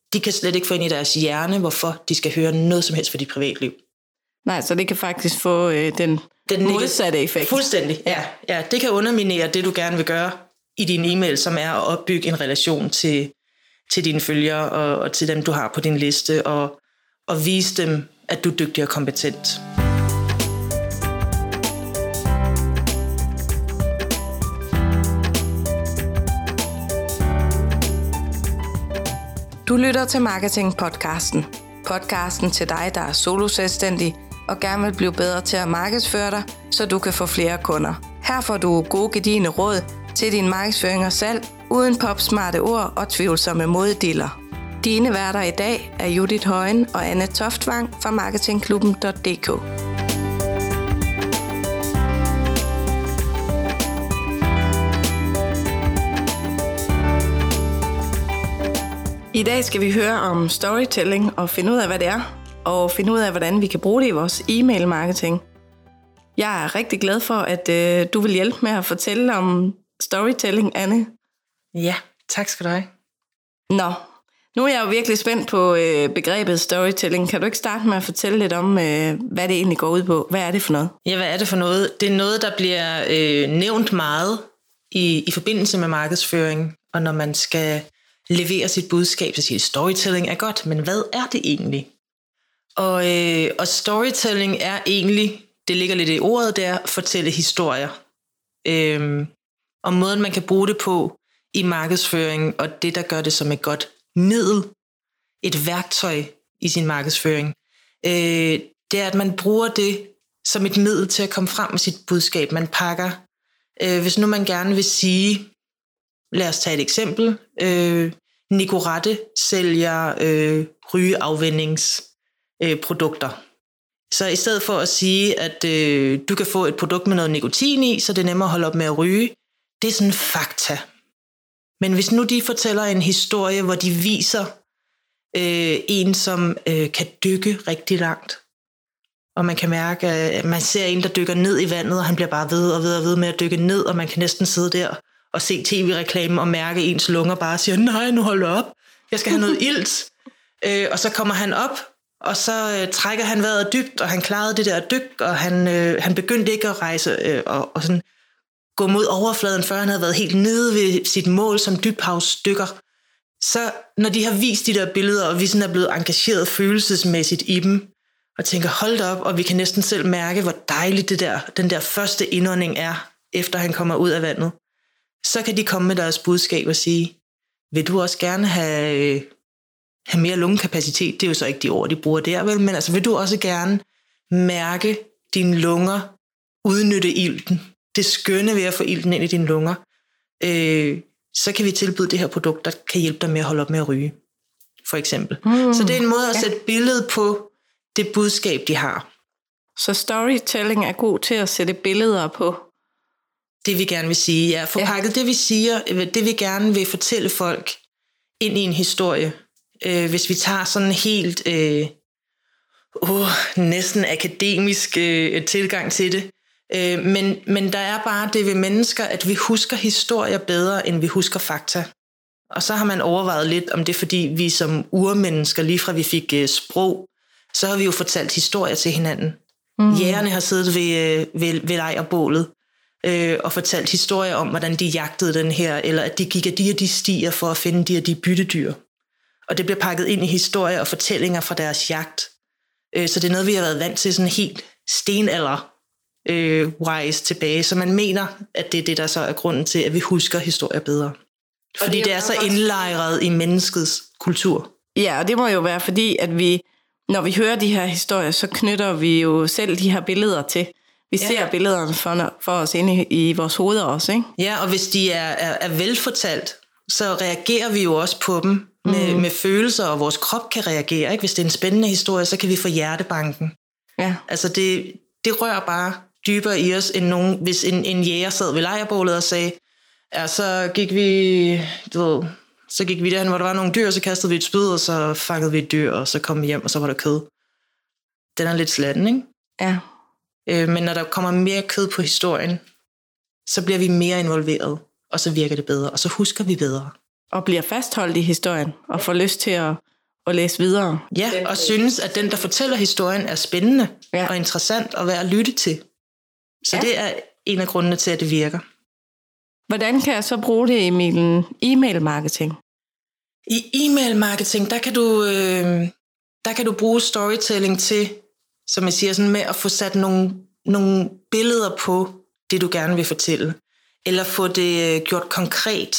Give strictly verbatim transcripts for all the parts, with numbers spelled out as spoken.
de kan slet ikke få ind i deres hjerne, hvorfor de skal høre noget som helst for dit privatliv. Nej, så det kan faktisk få øh, den, den modsatte effekt. Fuldstændig, ja. ja. Det kan underminere det, du gerne vil gøre i din e-mail, som er at opbygge en relation til, til dine følgere og, og til dem, du har på din liste, og, og vise dem, at du er dygtig og kompetent. Du lytter til Marketing-podcasten. Podcasten til dig, der er solo-selvstændig og gerne vil blive bedre til at markedsføre dig, så du kan få flere kunder. Her får du gode gedigne råd til din markedsføring og salg, uden popsmarte ord og tvivlsomme moddiller. Dine værter i dag er Judith Højen og Anne Toftvang fra marketingklubben punktum d k. I dag skal vi høre om storytelling og finde ud af, hvad det er, og finde ud af, hvordan vi kan bruge det i vores e-mail marketing. Jeg er rigtig glad for, at øh, du vil hjælpe med at fortælle om storytelling, Anne. Ja, tak skal du have. Nå, nu er jeg jo virkelig spændt på øh, begrebet storytelling. Kan du ikke starte med at fortælle lidt om, øh, hvad det egentlig går ud på? Hvad er det for noget? Ja, hvad er det for noget? Det er noget, der bliver øh, nævnt meget i, i forbindelse med markedsføring, og når man skal levere sit budskab, så siger storytelling er godt, men hvad er det egentlig? Og, øh, og storytelling er egentlig, det ligger lidt i ordet der, fortælle historier. Øh, og måden man kan bruge det på i markedsføring, og det der gør det som et godt middel, et værktøj i sin markedsføring, øh, det er at man bruger det som et middel til at komme frem med sit budskab. Man pakker, øh, hvis nu man gerne vil sige, lad os tage et eksempel. Øh, Nicorette sælger øh, rygeafvænningsprodukter. Øh, så i stedet for at sige, at øh, du kan få et produkt med noget nikotin i, så det er nemmere at holde op med at ryge, det er sådan fakta. Men hvis nu de fortæller en historie, hvor de viser øh, en, som øh, kan dykke rigtig langt, og man kan mærke, at man ser en, der dykker ned i vandet, og han bliver bare ved og ved og ved med at dykke ned, og man kan næsten sidde der og se tv-reklamen og mærke ens lunger bare siger, nej, nu hold op, jeg skal have noget ilt. Øh, og så kommer han op, og så øh, trækker han vejret dybt, og han klarede det der dyk, og han, øh, han begyndte ikke at rejse øh, og, og sådan gå mod overfladen, før han havde været helt nede ved sit mål som dybhavsdykker. Så når de har vist de der billeder, og vi sådan er blevet engageret følelsesmæssigt i dem, og tænker, hold da op, og vi kan næsten selv mærke, hvor dejligt det der, den der første indånding er, efter han kommer ud af vandet, så kan de komme med deres budskab og sige, vil du også gerne have, have mere lungekapacitet? Det er jo så ikke de ord, de bruger der, vel? Men altså, vil du også gerne mærke dine lunger, udnytte ilten, det skønne ved at få ilten ind i dine lunger, øh, så kan vi tilbyde det her produkt, der kan hjælpe dig med at holde op med at ryge, for eksempel. Mm, så det er en måde at ja. sætte billedet på det budskab, de har. Så storytelling er god til at sætte billeder på det vi gerne vil sige, ja. Forpakket ja. det vi siger, det vi gerne vil fortælle folk ind i en historie. Øh, hvis vi tager sådan en helt øh, uh, næsten akademisk øh, tilgang til det. Øh, men, men der er bare det ved mennesker, at vi husker historier bedre, end vi husker fakta. Og så har man overvejet lidt, om det er fordi vi som urmennesker, lige fra vi fik øh, sprog, så har vi jo fortalt historier til hinanden. Mm. Jægerne har siddet ved, ved, ved lejrbålet øh, og fortalt historier om, hvordan de jagtede den her, eller at de gik af de og de stier for at finde de og de byttedyr. Og det bliver pakket ind i historier og fortællinger fra deres jagt. Øh, så det er noget, vi har været vant til sådan helt stenalder øh, wise tilbage. Så man mener, at det er det, der så er grunden til, at vi husker historier bedre. Fordi det er, det er så indlejret i menneskets kultur. Ja, og det må jo være fordi, at vi, når vi hører de her historier, så knytter vi jo selv de her billeder til. Vi ja. ser billederne for, for os inde i, i vores hoveder også, ikke? Ja, og hvis de er, er, er velfortalt, så reagerer vi jo også på dem med, mm. med følelser, og vores krop kan reagere, ikke? Hvis det er en spændende historie, så kan vi få hjertebanken. Ja. Altså det, det rører bare dybere i os, end nogen, hvis en, en jæger sad ved lejrbålet og sagde, ja, så gik vi, du ved, så gik vi derhen, hvor der var nogle dyr, så kastede vi et spyd, og så fangede vi et dyr, og så kom vi hjem, og så var der kød. Den er lidt slatten, ikke? Ja. Øh, men når der kommer mere kød på historien, så bliver vi mere involveret, og så virker det bedre, og så husker vi bedre. Og bliver fastholdt i historien, og får lyst til at, at læse videre. Ja, og synes, at den, der fortæller historien, er spændende ja. og interessant og værd at lytte til. Så ja. Det er en af grundene til, at det virker. Hvordan kan jeg så bruge det i min e-mail-marketing? I e-mail-marketing, der kan du, øh, der kan du bruge storytelling til, som jeg siger, sådan med at få sat nogle, nogle billeder på det, du gerne vil fortælle. Eller få det gjort konkret.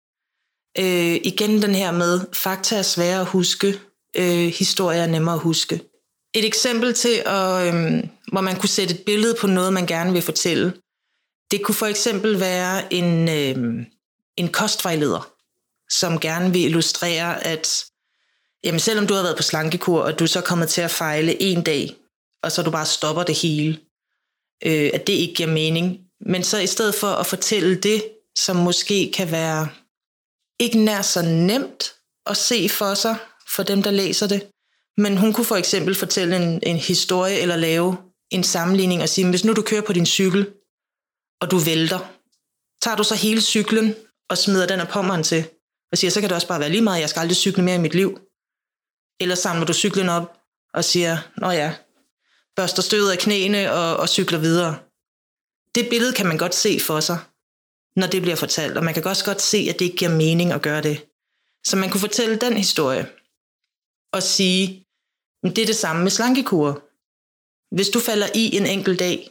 Øh, igen den her med, fakta er svære at huske, øh, historier er nemmere at huske. Et eksempel til, at, øh, hvor man kunne sætte et billede på noget, man gerne vil fortælle. Det kunne for eksempel være en, øh, en kostvejleder, som gerne vil illustrere, at jamen, selvom du har været på slankekur, og du så er kommet til at fejle en dag, og så du bare stopper det hele, øh, at det ikke giver mening. Men så i stedet for at fortælle det, som måske kan være ikke nær så nemt at se for sig, for dem, der læser det, men hun kunne for eksempel fortælle en, en historie, eller lave en sammenligning og sige, hvis nu du kører på din cykel, og du vælter, tager du så hele cyklen og smider den af pommeren til, og siger, så kan det også bare være lige meget, jeg skal aldrig cykle mere i mit liv. Eller samler du cyklen op og siger, nå ja, børster støvet af knæene og, og cykler videre. Det billede kan man godt se for sig, når det bliver fortalt, og man kan også godt se, at det ikke giver mening at gøre det. Så man kunne fortælle den historie og sige, det er det samme med slankekur. Hvis du falder i en enkelt dag,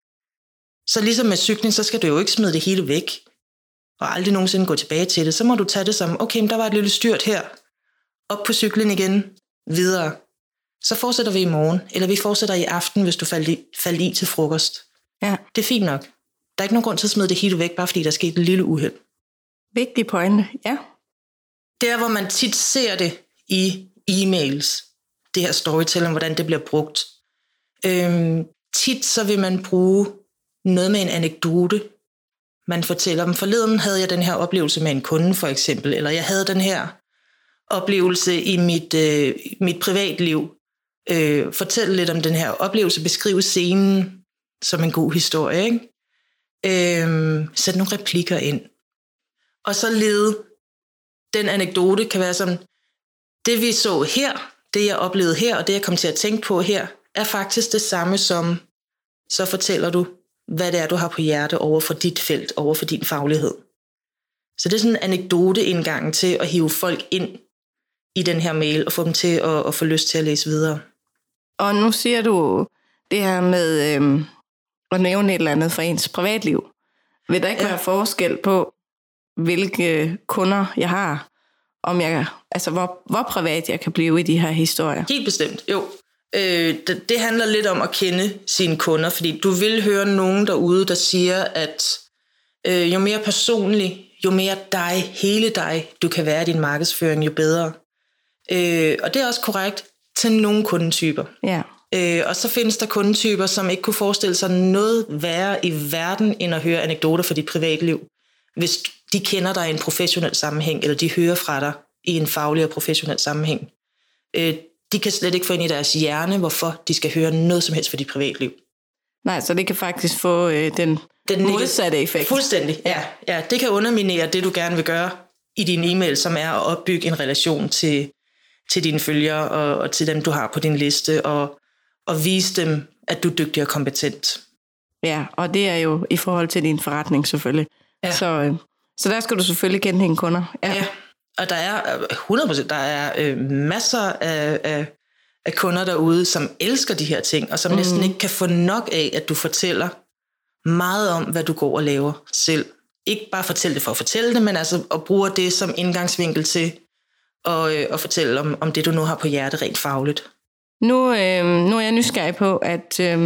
så ligesom med cykling, så skal du jo ikke smide det hele væk, og aldrig nogensinde gå tilbage til det. Så må du tage det som, okay, men der var et lille styrt her, op på cyklen igen, videre. Så fortsætter vi i morgen, eller vi fortsætter i aften, hvis du faldt i, faldt i til frokost. Ja. Det er fint nok. Der er ikke nogen grund til at smide det hele væk, bare fordi der er sket et lille uheld. Vigtig pointe, ja. Der, hvor man tit ser det i e-mails, det her storytelling, hvordan det bliver brugt. Øhm, tit så vil man bruge noget med en anekdote. Man fortæller dem, forleden havde jeg den her oplevelse med en kunde for eksempel, eller jeg havde den her oplevelse i mit, øh, mit privatliv. Øh, fortæl lidt om den her oplevelse, beskrive scenen som en god historie, ikke? Øh, sæt nogle replikker ind. Og så lede den anekdote kan være sådan, det vi så her, det jeg oplevede her, og det jeg kom til at tænke på her, er faktisk det samme som, så fortæller du, hvad det er, du har på hjerte over for dit felt, over for din faglighed. Så det er sådan en anekdoteindgang til at hive folk ind i den her mail, og få dem til at, at få lyst til at læse videre. Og nu siger du det her med øhm, at nævne et eller andet fra ens privatliv. Vil der ikke ja. være forskel på, hvilke kunder jeg har, om jeg, altså hvor, hvor privat jeg kan blive i de her historier? Helt bestemt, jo. Øh, det, det handler lidt om at kende sine kunder, fordi du vil høre nogen derude, der siger, at øh, jo mere personlig, jo mere dig, hele dig, du kan være i din markedsføring, jo bedre. Øh, og det er også korrekt til nogle kundetyper. Ja. Øh, og så findes der kundetyper, som ikke kunne forestille sig noget værre i verden, end at høre anekdoter fra dit privatliv. Hvis de kender dig i en professionel sammenhæng, eller de hører fra dig i en faglig og professionel sammenhæng. Øh, de kan slet ikke få ind i deres hjerne, hvorfor de skal høre noget som helst fra dit privatliv. Nej, så det kan faktisk få øh, den, den modsatte effekt. Fuldstændig, ja. ja. Det kan underminere det, du gerne vil gøre i din e-mail, som er at opbygge en relation til, til dine følgere og, og til dem, du har på din liste, og, og vise dem, at du er dygtig og kompetent. Ja, og det er jo i forhold til din forretning selvfølgelig. Ja. Så, øh, så der skal du selvfølgelig kende dine kunder. Ja. ja. Og der er hundrede procent, der er øh, masser af, af, af kunder derude, som elsker de her ting, og som mm. næsten ikke kan få nok af, at du fortæller meget om, hvad du går og laver selv. Ikke bare fortælle det for at fortælle det, men altså at bruge det som indgangsvinkel til at, øh, at fortælle om, om det, du nu har på hjerte rent fagligt. Nu, øh, nu er jeg nysgerrig på at øh,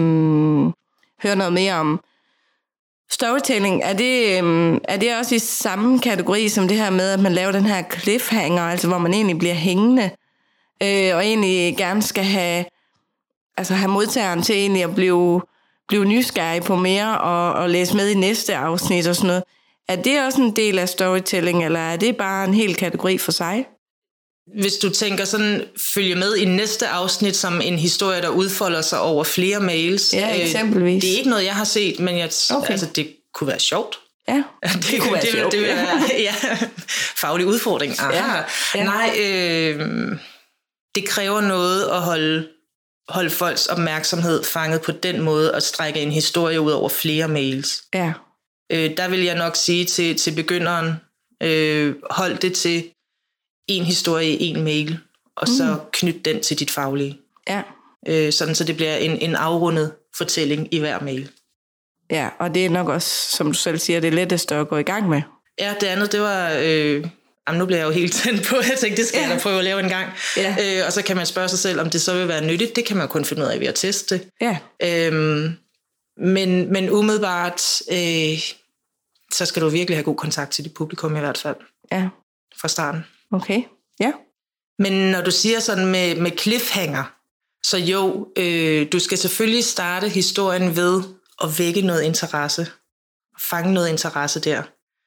høre noget mere om storytelling. Er det, øhm, er det også i samme kategori som det her med, at man laver den her cliffhanger, altså hvor man egentlig bliver hængende, øh, og egentlig gerne skal have, altså have modtageren til egentlig at blive, blive nysgerrig på mere, og, og læse med i næste afsnit og sådan noget. Er det også en del af storytelling, eller er det bare en hel kategori for sig? Hvis du tænker sådan, følge med i næste afsnit som en historie, der udfolder sig over flere mails. Ja, eksempelvis. Det er ikke noget, jeg har set, men jeg, okay. altså, det kunne være sjovt. Ja, det, det kunne være det, sjovt. Det, det, det være, ja, faglig udfordring. Aha. Ja, ja. Nej, øh, det kræver noget at holde, holde folks opmærksomhed fanget på den måde, og strække en historie ud over flere mails. Ja. Øh, der vil jeg nok sige til, til begynderen, øh, hold det til en historie i en mail, og mm. så knyt den til dit faglige. Ja. Øh, sådan så det bliver en, en afrundet fortælling i hver mail. Ja, og det er nok også, som du selv siger, det letteste at gå i gang med. Ja, det andet, det var... Øh, jamen, nu bliver jeg jo helt tændt på, jeg tænkte, det skal ja. jeg da prøve at lave en gang. Ja. Øh, og så kan man spørge sig selv, om det så vil være nyttigt. Det kan man kun finde ud af ved at teste det. Ja. Øhm, men, men umiddelbart, øh, så skal du virkelig have god kontakt til dit publikum i hvert fald. Ja. Fra starten. Okay, ja. Men når du siger sådan med, med cliffhanger, så jo, øh, du skal selvfølgelig starte historien ved at vække noget interesse. Fange noget interesse der.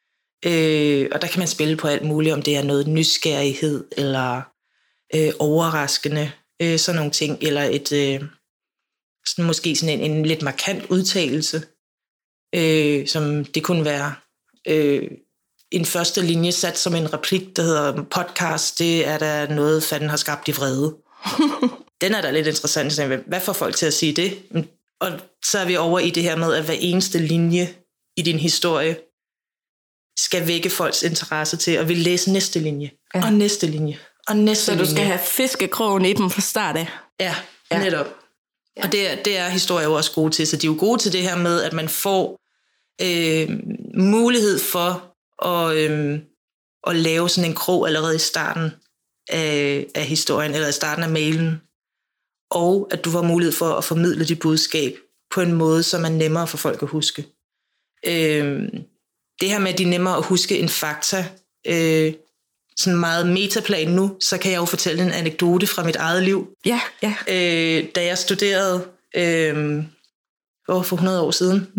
Øh, og der kan man spille på alt muligt, om det er noget nysgerrighed, eller øh, overraskende, øh, sådan nogle ting, eller et øh, sådan, måske sådan en, en lidt markant udtalelse, øh, som det kunne være øh, en første linje sat som en replik, der hedder podcast, det er der noget, fanden har skabt i vrede. Den er da lidt interessant. Hvad får folk til at sige det? Og så er vi over i det her med, at hver eneste linje i din historie skal vække folks interesse til at vil læse næste linje, ja. og næste linje, og næste Så linje. du skal have fiskekrogen i dem fra start af? Ja, ja. netop. Ja. Og det er, det er historier jo også gode til, så de er jo gode til det her med, at man får øh, mulighed for at, øh, at lave sådan en krog allerede i starten af, af historien, eller i starten af mailen, og at du får mulighed for at formidle dit budskab på en måde, som er nemmere for folk at huske. Øh, Det her med, at de er nemmere at huske en fakta, øh, sådan meget metaplan nu, så kan jeg jo fortælle en anekdote fra mit eget liv. Ja, ja. Øh, da jeg studerede øh, for hundrede år siden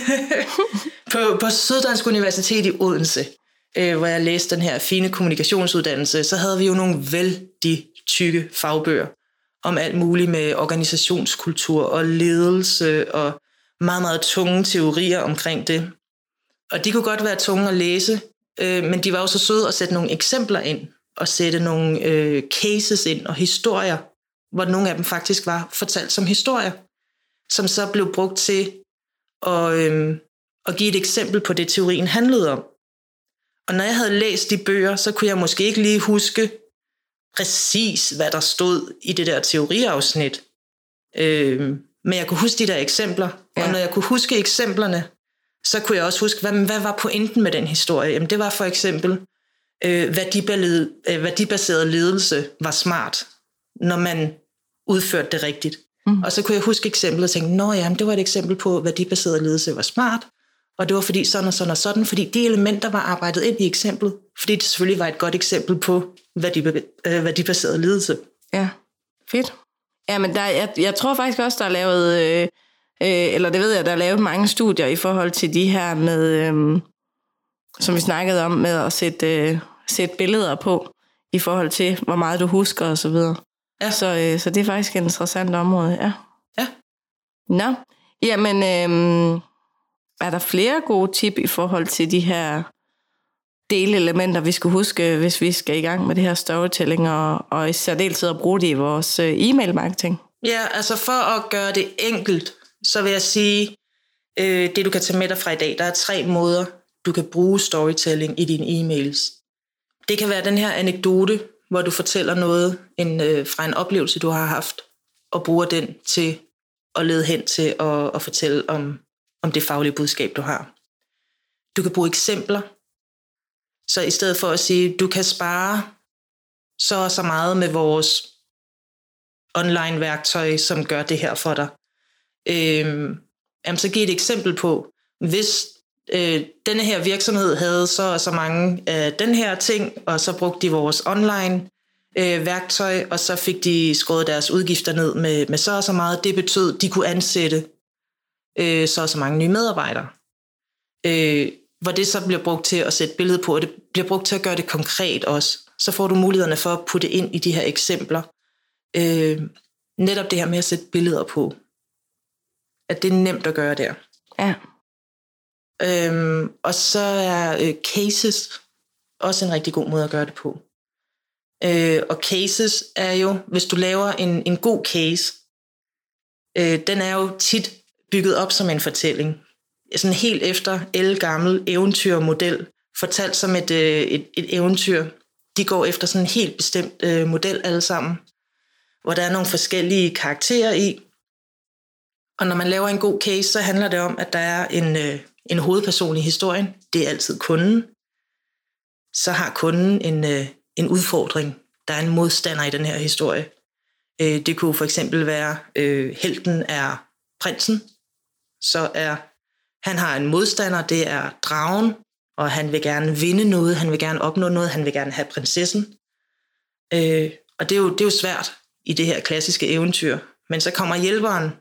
på, på Syddansk Universitet i Odense, øh, hvor jeg læste den her fine kommunikationsuddannelse, så havde vi jo nogle vældig tykke fagbøger om alt muligt med organisationskultur og ledelse og meget, meget tunge teorier omkring det. Og de kunne godt være tunge at læse, øh, men de var jo så søde at sætte nogle eksempler ind, og sætte nogle øh, cases ind og historier, hvor nogle af dem faktisk var fortalt som historier, som så blev brugt til at, øh, at give et eksempel på det, teorien handlede om. Og når jeg havde læst de bøger, så kunne jeg måske ikke lige huske præcis, hvad der stod i det der teoriafsnit. Øh, men jeg kunne huske de der eksempler, ja. Og når jeg kunne huske eksemplerne, så kunne jeg også huske, hvad, hvad var pointen med den historie? Jamen, det var for eksempel, øh, værdibaseret, øh, værdibaseret ledelse var smart, når man udførte det rigtigt. Mm. Og så kunne jeg huske eksemplet og tænke, nå ja, det var et eksempel på, at værdibaseret ledelse var smart, og det var fordi sådan og sådan og sådan, fordi de elementer var arbejdet ind i eksemplet, fordi det selvfølgelig var et godt eksempel på værdi- øh, værdibaseret ledelse. Ja, fedt. Ja, men der, jeg, jeg tror faktisk også, der er lavet... Øh Øh, eller det ved jeg, der er lavet mange studier i forhold til de her med, øh, som vi snakkede om, med at sætte, øh, sætte billeder på, i forhold til, hvor meget du husker og så videre. Ja. Så, øh, så det er faktisk et interessant område, ja. Ja. Nå, jamen, øh, er der flere gode tip i forhold til de her delelementer, vi skal huske, hvis vi skal i gang med det her storytelling, og, og i særdeleshed at bruge det i vores øh, e-mail-marketing? Ja, altså for at gøre det enkelt, så vil jeg sige, øh, det du kan tage med dig fra i dag, der er tre måder, du kan bruge storytelling i dine e-mails. Det kan være den her anekdote, hvor du fortæller noget en, øh, fra en oplevelse, du har haft, og bruger den til at lede hen til at, at fortælle om, om det faglige budskab, du har. Du kan bruge eksempler, så i stedet for at sige, du kan spare så og så meget med vores online-værktøj, som gør det her for dig. Øh, jamen, så giv et eksempel på, hvis øh, denne her virksomhed havde så og så mange af den her ting, og så brugte de vores online øh, værktøj, og så fik de skåret deres udgifter ned med, med så og så meget. Det betød, at de kunne ansætte øh, så og så mange nye medarbejdere. Øh, hvor det så bliver brugt til at sætte billede på, og det bliver brugt til at gøre det konkret også. Så får du mulighederne for at putte ind i de her eksempler. Øh, netop det her med at sætte billeder på. At det er nemt at gøre der. Ja. Øhm, og så er øh, cases også en rigtig god måde at gøre det på. Øh, og cases er jo, hvis du laver en, en god case, øh, den er jo tit bygget op som en fortælling. Sådan helt efter ældgammel eventyrmodel, fortalt som et, øh, et, et eventyr. De går efter sådan en helt bestemt øh, model alle sammen, hvor der er nogle forskellige karakterer i. Og når man laver en god case, så handler det om, at der er en, øh, en hovedperson i historien. Det er altid kunden. Så har kunden en, øh, en udfordring. Der er en modstander i den her historie. Øh, det kunne for eksempel være, øh, helten er prinsen. Så er han har en modstander, det er dragen, og han vil gerne vinde noget, han vil gerne opnå noget, han vil gerne have prinsessen. Øh, og det er, jo, det er jo svært i det her klassiske eventyr. Men så kommer hjælperen,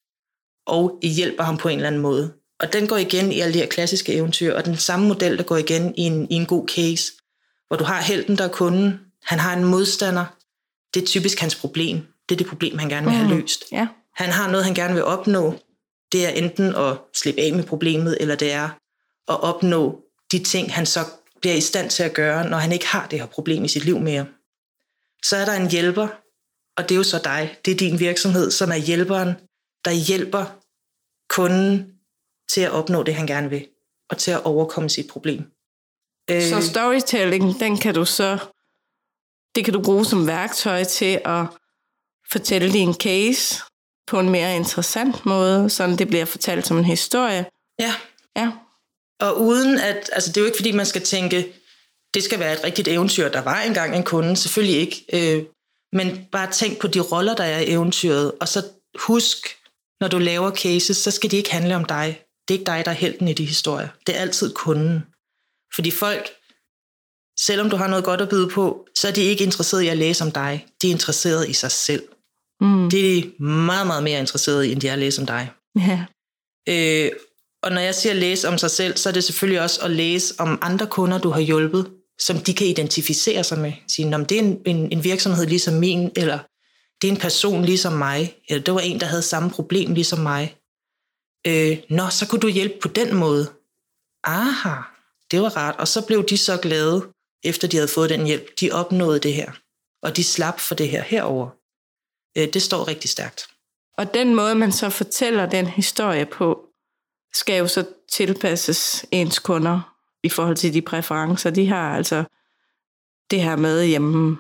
og hjælper ham på en eller anden måde. Og den går igen i alle de her klassiske eventyr, og den samme model, der går igen i en, i en god case, hvor du har helten, der er kunden, han har en modstander, det er typisk hans problem. Det er det problem, han gerne vil have løst. Mm, yeah. Han har noget, han gerne vil opnå. Det er enten at slippe af med problemet, eller det er at opnå de ting, han så bliver i stand til at gøre, når han ikke har det her problem i sit liv mere. Så er der en hjælper, og det er jo så dig. Det er din virksomhed, som er hjælperen, der hjælper kunden til at opnå det, han gerne vil, og til at overkomme sit problem. Så storytelling, den kan du så, det kan du bruge som værktøj til at fortælle din case på en mere interessant måde, så det bliver fortalt som en historie. Ja. Ja. Og uden at, altså det er jo ikke fordi, man skal tænke, det skal være et rigtigt eventyr, der var engang en kunde, selvfølgelig ikke. Øh, men bare tænk på de roller, der er i eventyret, og så husk, når du laver cases, så skal de ikke handle om dig. Det er ikke dig, der er helten i de historier. Det er altid kunden. Fordi folk, selvom du har noget godt at byde på, så er de ikke interesserede i at læse om dig. De er interesserede i sig selv. Mm. De er meget, meget mere interesserede i, end de er at læse om dig. Ja. Øh, og når jeg siger læse om sig selv, så er det selvfølgelig også at læse om andre kunder, du har hjulpet, som de kan identificere sig med. Sige, det er en, en, en virksomhed ligesom min, eller det er en person ligesom mig, eller det var en, der havde samme problem ligesom mig. Øh, nå, så kunne du hjælpe på den måde. Aha, det var rart. Og så blev de så glade, efter de havde fået den hjælp. De opnåede det her, og de slap for det her herover. Øh, det står rigtig stærkt. Og den måde, man så fortæller den historie på, skal jo så tilpasses ens kunder i forhold til de præferencer, de har. Altså det her med, jamen,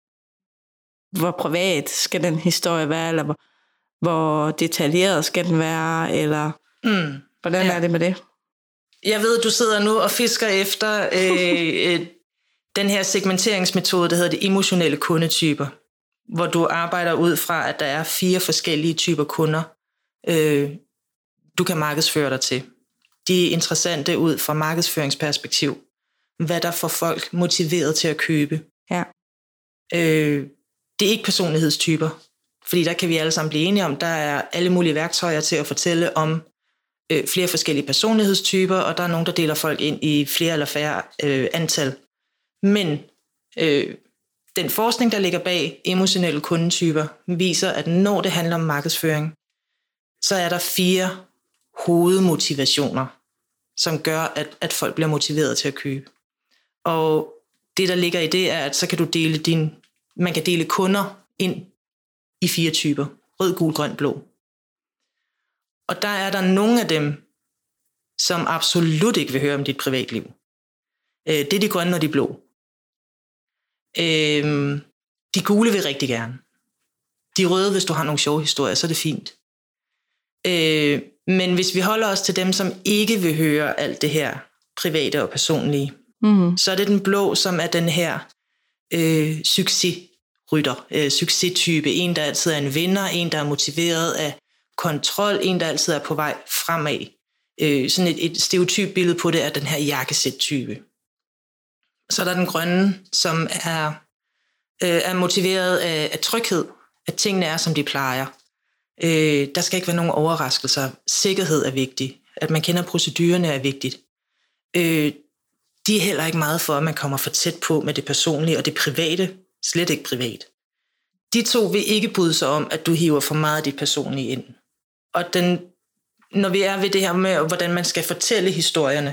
hvor privat skal den historie være, eller hvor, hvor detaljeret skal den være, eller mm, hvordan ja. er det med det? Jeg ved, du sidder nu og fisker efter øh, øh, den her segmenteringsmetode, der hedder de emotionelle kundetyper, hvor du arbejder ud fra, at der er fire forskellige typer kunder, øh, du kan markedsføre dig til. De er interessante ud fra markedsføringsperspektiv. Hvad der får folk motiveret til at købe. Ja. Øh, det er ikke personlighedstyper, fordi der kan vi alle sammen blive enige om, der er alle mulige værktøjer til at fortælle om øh, flere forskellige personlighedstyper, og der er nogen, der deler folk ind i flere eller færre øh, antal. Men øh, den forskning, der ligger bag emotionelle kundetyper, viser, at når det handler om markedsføring, så er der fire hovedmotivationer, som gør, at, at folk bliver motiveret til at købe. Og det, der ligger i det, er, at så kan du dele din, man kan dele kunder ind i fire typer. Rød, gul, grøn, blå. Og der er der nogle af dem, som absolut ikke vil høre om dit privatliv. Det er de grønne og de blå. De gule vil rigtig gerne. De røde, hvis du har nogle sjove historier, så er det fint. Men hvis vi holder os til dem, som ikke vil høre alt det her private og personlige, mm-hmm. så er det den blå, som er den her øh, succesrytter, øh, succestype. En, der altid er en vinder, en, der er motiveret af kontrol, en, der altid er på vej fremad. Øh, sådan et, et stereotyp billede på det er den her jakkesæt-type. Så er der den grønne, som er, øh, er motiveret af, af tryghed, at tingene er, som de plejer. Øh, der skal ikke være nogen overraskelser. Sikkerhed er vigtig. At man kender procedurerne er vigtigt. Øh, de er heller ikke meget for, at man kommer for tæt på med det personlige og det private. Slet ikke privat. De to vil ikke bryde sig om, at du hiver for meget af dit personlige ind. Og den, når vi er ved det her med, hvordan man skal fortælle historierne,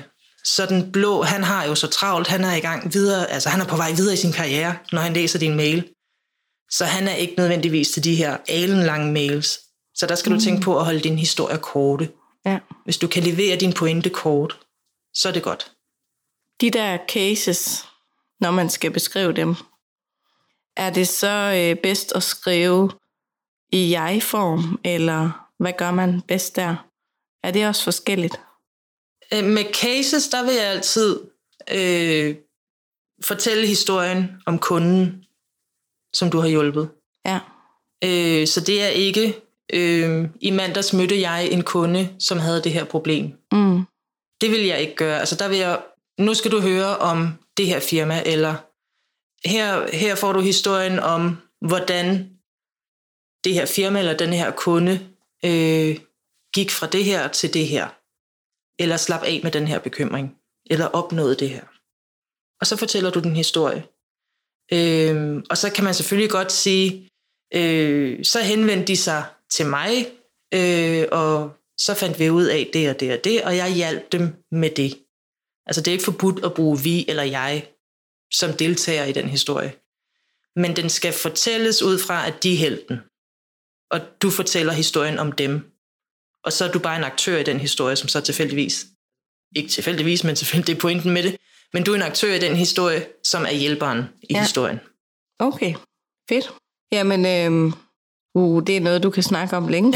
Så den blå, han har jo så travlt, han er i gang videre, altså han er på vej videre i sin karriere, når han læser din mail. Så han er ikke nødvendigvis til de her alenlange mails. Så der skal mm. du tænke på at holde din historie korte. Ja. Hvis du kan levere din pointe kort, så er det godt. De der cases, når man skal beskrive dem, er det så øh, bedst at skrive i jeg-form, eller hvad gør man bedst der? Er det også forskelligt? Med cases, der vil jeg altid øh, fortælle historien om kunden, som du har hjulpet. Ja. Øh, så det er ikke, øh, i mandags mødte jeg en kunde, som havde det her problem. Mm. Det vil jeg ikke gøre. Altså der vil jeg, nu skal du høre om det her firma, eller her, her får du historien om, hvordan det her firma, eller den her kunde, øh, gik fra det her til det her. Eller slap af med den her bekymring, eller opnåede det her. Og så fortæller du den historie. Øh, og så kan man selvfølgelig godt sige, øh, så henvendte de sig til mig, øh, og så fandt vi ud af det og det og det, og jeg hjalp dem med det. Altså det er ikke forbudt at bruge vi eller jeg som deltager i den historie. Men den skal fortælles ud fra, at de er helten. Og du fortæller historien om dem. Og så er du bare en aktør i den historie, som så tilfældigvis, ikke tilfældigvis, men selvfølgelig det er pointen med det, men du er en aktør i den historie, som er hjælperen i ja. historien. Okay, fedt. Jamen, øh, uh, det er noget, du kan snakke om længe.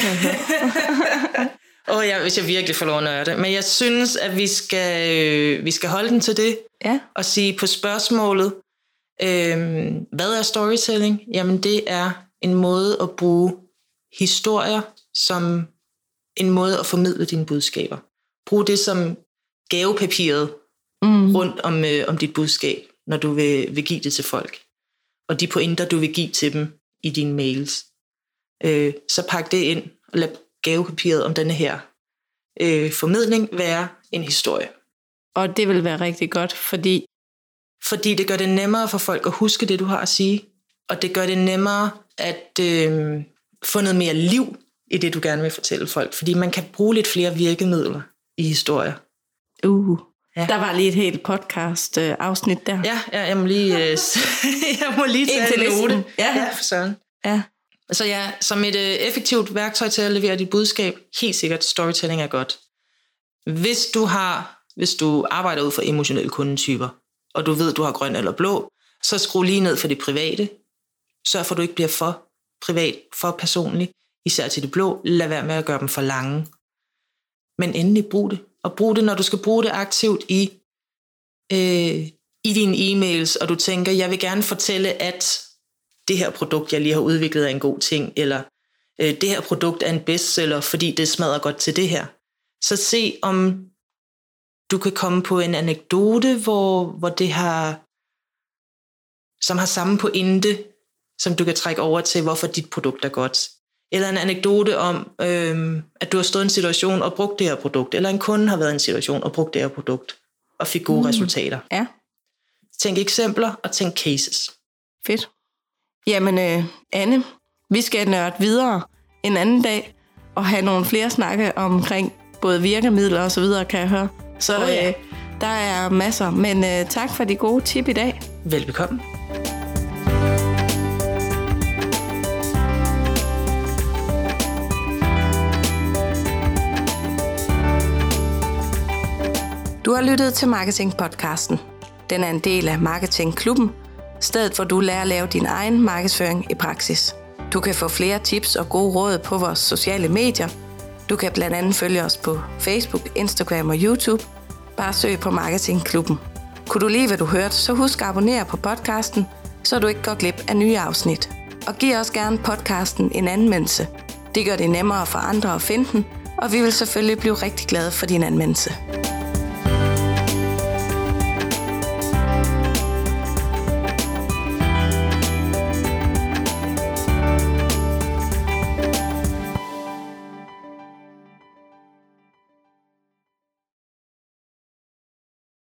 Åh oh, ja, hvis jeg virkelig får lov at nørde. Men jeg synes, at vi skal, øh, vi skal holde den til det, ja. og sige på spørgsmålet, øh, hvad er storytelling? Jamen det er en måde at bruge historier som en måde at formidle dine budskaber. Brug det som gavepapiret mm. rundt om, øh, om dit budskab, når du vil, vil give det til folk. Og de pointer, du vil give til dem i dine mails. Øh, så pak det ind og lad gavepapiret om denne her øh, formidling være en historie. Og det vil være rigtig godt, fordi... Fordi det gør det nemmere for folk at huske det, du har at sige. Og det gør det nemmere at øh, få noget mere liv i det, du gerne vil fortælle folk. Fordi man kan bruge lidt flere virkemidler i historier. Uh, ja. Der var lige et helt podcast øh, afsnit der. Ja, ja, jeg må lige, øh, jeg må lige tage en note. Ja, ja, for sådan. Ja. Så ja, som et øh, effektivt værktøj til at levere dit budskab, helt sikkert, storytelling er godt. Hvis du har, hvis du arbejder ud for emotionelle kundetyper, og du ved, du har grøn eller blå, så skru lige ned for det private. Sørg for, at du ikke bliver for privat, for personlig, især til det blå. Lad være med at gøre dem for lange. Men endelig brug det. Og brug det, når du skal bruge det aktivt i, øh, i dine e-mails, og du tænker, jeg vil gerne fortælle, at det her produkt, jeg lige har udviklet, er en god ting, eller øh, det her produkt er en bestseller, fordi det smadrer godt til det her. Så se, om du kan komme på en anekdote, hvor, hvor det har, som har samme pointe, som du kan trække over til, hvorfor dit produkt er godt. Eller en anekdote om, øhm, at du har stået i en situation og brugt det her produkt, eller en kunde har været i en situation og brugt det her produkt, og fik gode mm. resultater. Ja. Tænk eksempler, og tænk cases. Fedt. Jamen, øh, Anne, vi skal nørde videre en anden dag, og have nogle flere snakke omkring både virkemidler og så videre, kan jeg høre. Så oh, ja. øh, der er masser, men øh, tak for de gode tip i dag. Velbekomme. Du har lyttet til Marketing-podcasten. Den er en del af Marketing-klubben, stedet hvor du lærer at lave din egen markedsføring i praksis. Du kan få flere tips og gode råd på vores sociale medier. Du kan blandt andet følge os på Facebook, Instagram og YouTube. Bare søg på Marketing-klubben. Kunne du lide, hvad du hørte, så husk at abonnere på podcasten, så du ikke går glip af nye afsnit. Og giv også gerne podcasten en anmeldelse. Det gør det nemmere for andre at finde den, og vi vil selvfølgelig blive rigtig glade for din anmeldelse.